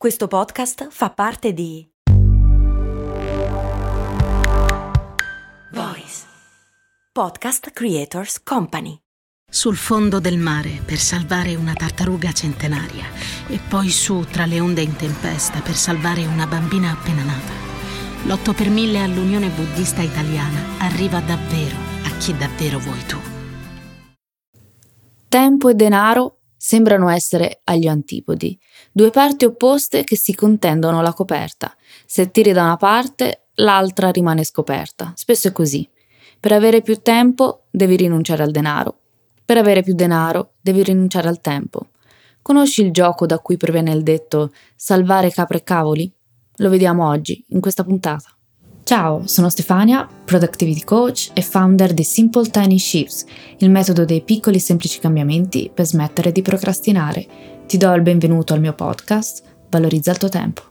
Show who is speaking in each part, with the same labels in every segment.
Speaker 1: Questo podcast fa parte di Voice Podcast Creators Company.
Speaker 2: Sul fondo del mare per salvare una tartaruga centenaria e poi su tra le onde in tempesta per salvare una bambina appena nata. L'8 per 1000 all'Unione Buddista Italiana arriva davvero a chi davvero vuoi tu.
Speaker 3: Tempo e denaro sembrano essere agli antipodi, due parti opposte che si contendono la coperta. Se tiri da una parte, l'altra rimane scoperta. Spesso è così. Per avere più tempo devi rinunciare al denaro. Per avere più denaro devi rinunciare al tempo. Conosci il gioco da cui proviene il detto salvare capre e cavoli? Lo vediamo oggi, in questa puntata. Ciao, sono Stefania, Productivity Coach e founder di Simple Tiny Shifts, il metodo dei piccoli e semplici cambiamenti per smettere di procrastinare. Ti do il benvenuto al mio podcast, Valorizza il tuo tempo.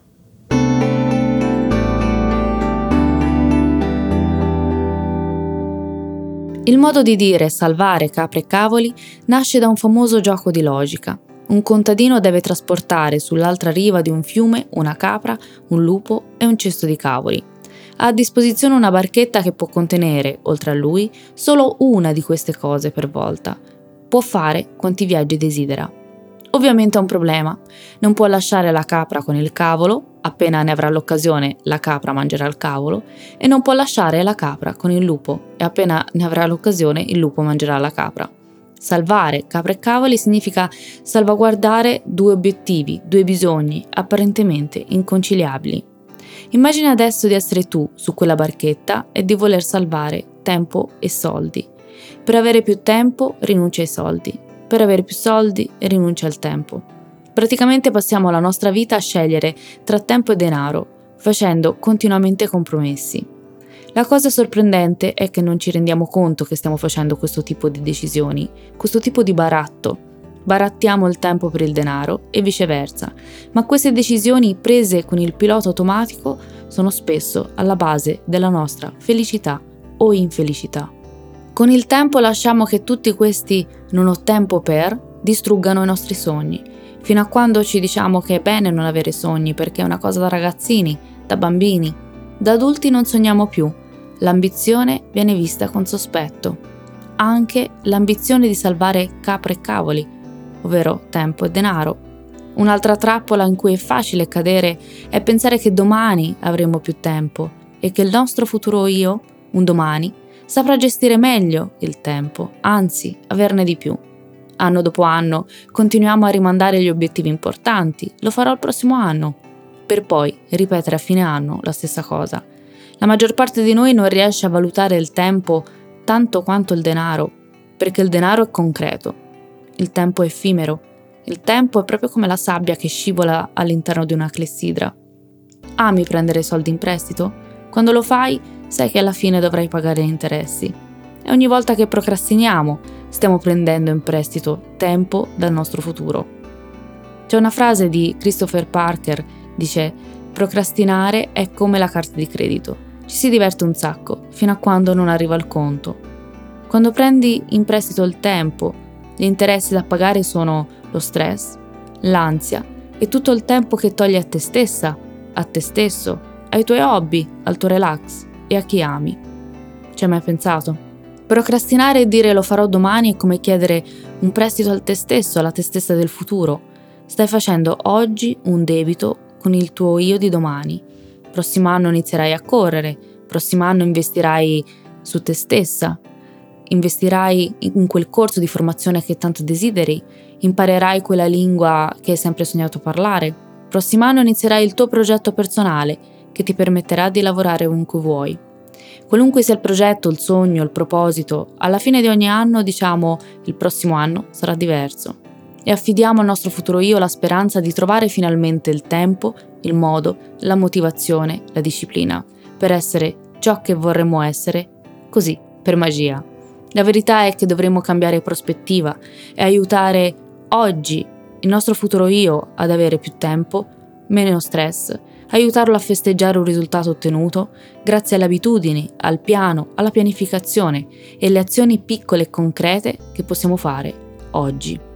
Speaker 3: Il modo di dire salvare capre e cavoli nasce da un famoso gioco di logica. Un contadino deve trasportare sull'altra riva di un fiume una capra, un lupo e un cesto di cavoli. Ha a disposizione una barchetta che può contenere, oltre a lui, solo una di queste cose per volta. Può fare quanti viaggi desidera. Ovviamente ha un problema. Non può lasciare la capra con il cavolo, appena ne avrà l'occasione la capra mangerà il cavolo, e non può lasciare la capra con il lupo, e appena ne avrà l'occasione il lupo mangerà la capra. Salvare capre e cavoli significa salvaguardare due obiettivi, due bisogni apparentemente inconciliabili. Immagina adesso di essere tu su quella barchetta e di voler salvare tempo e soldi. Per avere più tempo rinuncia ai soldi, per avere più soldi rinuncia al tempo. Praticamente passiamo la nostra vita a scegliere tra tempo e denaro, facendo continuamente compromessi. La cosa sorprendente è che non ci rendiamo conto che stiamo facendo questo tipo di decisioni, questo tipo di baratto. Barattiamo il tempo per il denaro e viceversa, ma queste decisioni prese con il pilota automatico sono spesso alla base della nostra felicità o infelicità. Con il tempo lasciamo che tutti questi "non ho tempo per" distruggano i nostri sogni, fino a quando ci diciamo che è bene non avere sogni perché è una cosa da ragazzini, da bambini. Da adulti non sogniamo più, l'ambizione viene vista con sospetto. Anche l'ambizione di salvare capre e cavoli, ovvero tempo e denaro. Un'altra trappola in cui è facile cadere è pensare che domani avremo più tempo e che il nostro futuro io, un domani, saprà gestire meglio il tempo, anzi averne di più. Anno dopo anno continuiamo a rimandare gli obiettivi importanti, lo farò il prossimo anno, per poi ripetere a fine anno la stessa cosa. La maggior parte di noi non riesce a valutare il tempo tanto quanto il denaro, perché il denaro è concreto. Il tempo è effimero. Il tempo è proprio come la sabbia che scivola all'interno di una clessidra. Ami prendere soldi in prestito? Quando lo fai, sai che alla fine dovrai pagare interessi. E ogni volta che procrastiniamo, stiamo prendendo in prestito tempo dal nostro futuro. C'è una frase di Christopher Parker, dice: procrastinare è come la carta di credito. Ci si diverte un sacco, fino a quando non arriva il conto. Quando prendi in prestito il tempo, gli interessi da pagare sono lo stress, l'ansia e tutto il tempo che togli a te stessa, a te stesso, ai tuoi hobby, al tuo relax e a chi ami. Ci hai mai pensato? Procrastinare e dire lo farò domani è come chiedere un prestito al te stesso, alla te stessa del futuro. Stai facendo oggi un debito con il tuo io di domani. Prossimo anno inizierai a correre, prossimo anno investirai su te stessa. Investirai in quel corso di formazione che tanto desideri, imparerai quella lingua che hai sempre sognato parlare. Prossimo anno inizierai il tuo progetto personale che ti permetterà di lavorare ovunque vuoi. Qualunque sia il progetto, il sogno, il proposito, alla fine di ogni anno diciamo il prossimo anno sarà diverso e affidiamo al nostro futuro io la speranza di trovare finalmente il tempo, il modo, la motivazione, la disciplina per essere ciò che vorremmo essere, così, per magia. La verità è che dovremmo cambiare prospettiva e aiutare oggi il nostro futuro io ad avere più tempo, meno stress, aiutarlo a festeggiare un risultato ottenuto grazie alle abitudini, al piano, alla pianificazione e alle azioni piccole e concrete che possiamo fare oggi.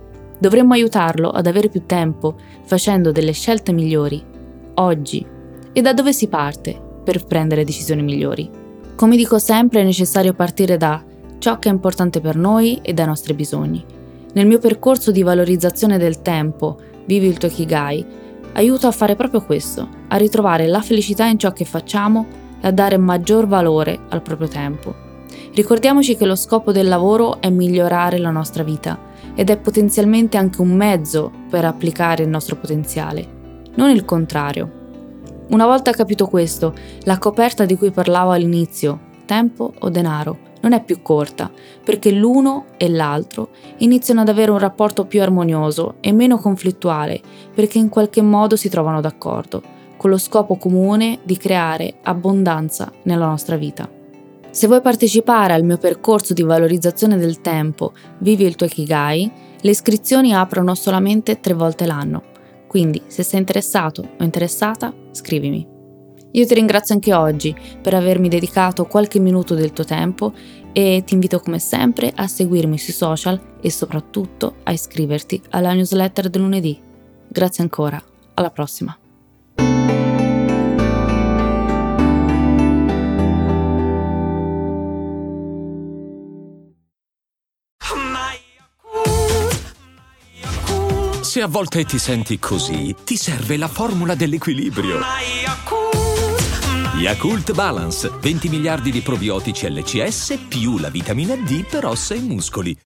Speaker 3: Dovremmo aiutarlo ad avere più tempo, facendo delle scelte migliori, oggi. E da dove si parte per prendere decisioni migliori? Come dico sempre, è necessario partire da ciò che è importante per noi e dai nostri bisogni. Nel mio percorso di valorizzazione del tempo, Vivi il tuo Ikigai, aiuto a fare proprio questo, a ritrovare la felicità in ciò che facciamo e a dare maggior valore al proprio tempo. Ricordiamoci che lo scopo del lavoro è migliorare la nostra vita ed è potenzialmente anche un mezzo per applicare il nostro potenziale, non il contrario. Una volta capito questo, la coperta di cui parlavo all'inizio, tempo o denaro, non è più corta, perché l'uno e l'altro iniziano ad avere un rapporto più armonioso e meno conflittuale, perché in qualche modo si trovano d'accordo, con lo scopo comune di creare abbondanza nella nostra vita. Se vuoi partecipare al mio percorso di valorizzazione del tempo, Vivi il tuo Ikigai, le iscrizioni aprono solamente 3 volte l'anno. Quindi, se sei interessato o interessata, scrivimi. Io ti ringrazio anche oggi per avermi dedicato qualche minuto del tuo tempo e ti invito come sempre a seguirmi sui social e soprattutto a iscriverti alla newsletter del lunedì. Grazie ancora, alla prossima.
Speaker 4: Se a volte ti senti così, ti serve la formula dell'equilibrio. Yakult Balance, 20 miliardi di probiotici LCS più la vitamina D per ossa e muscoli.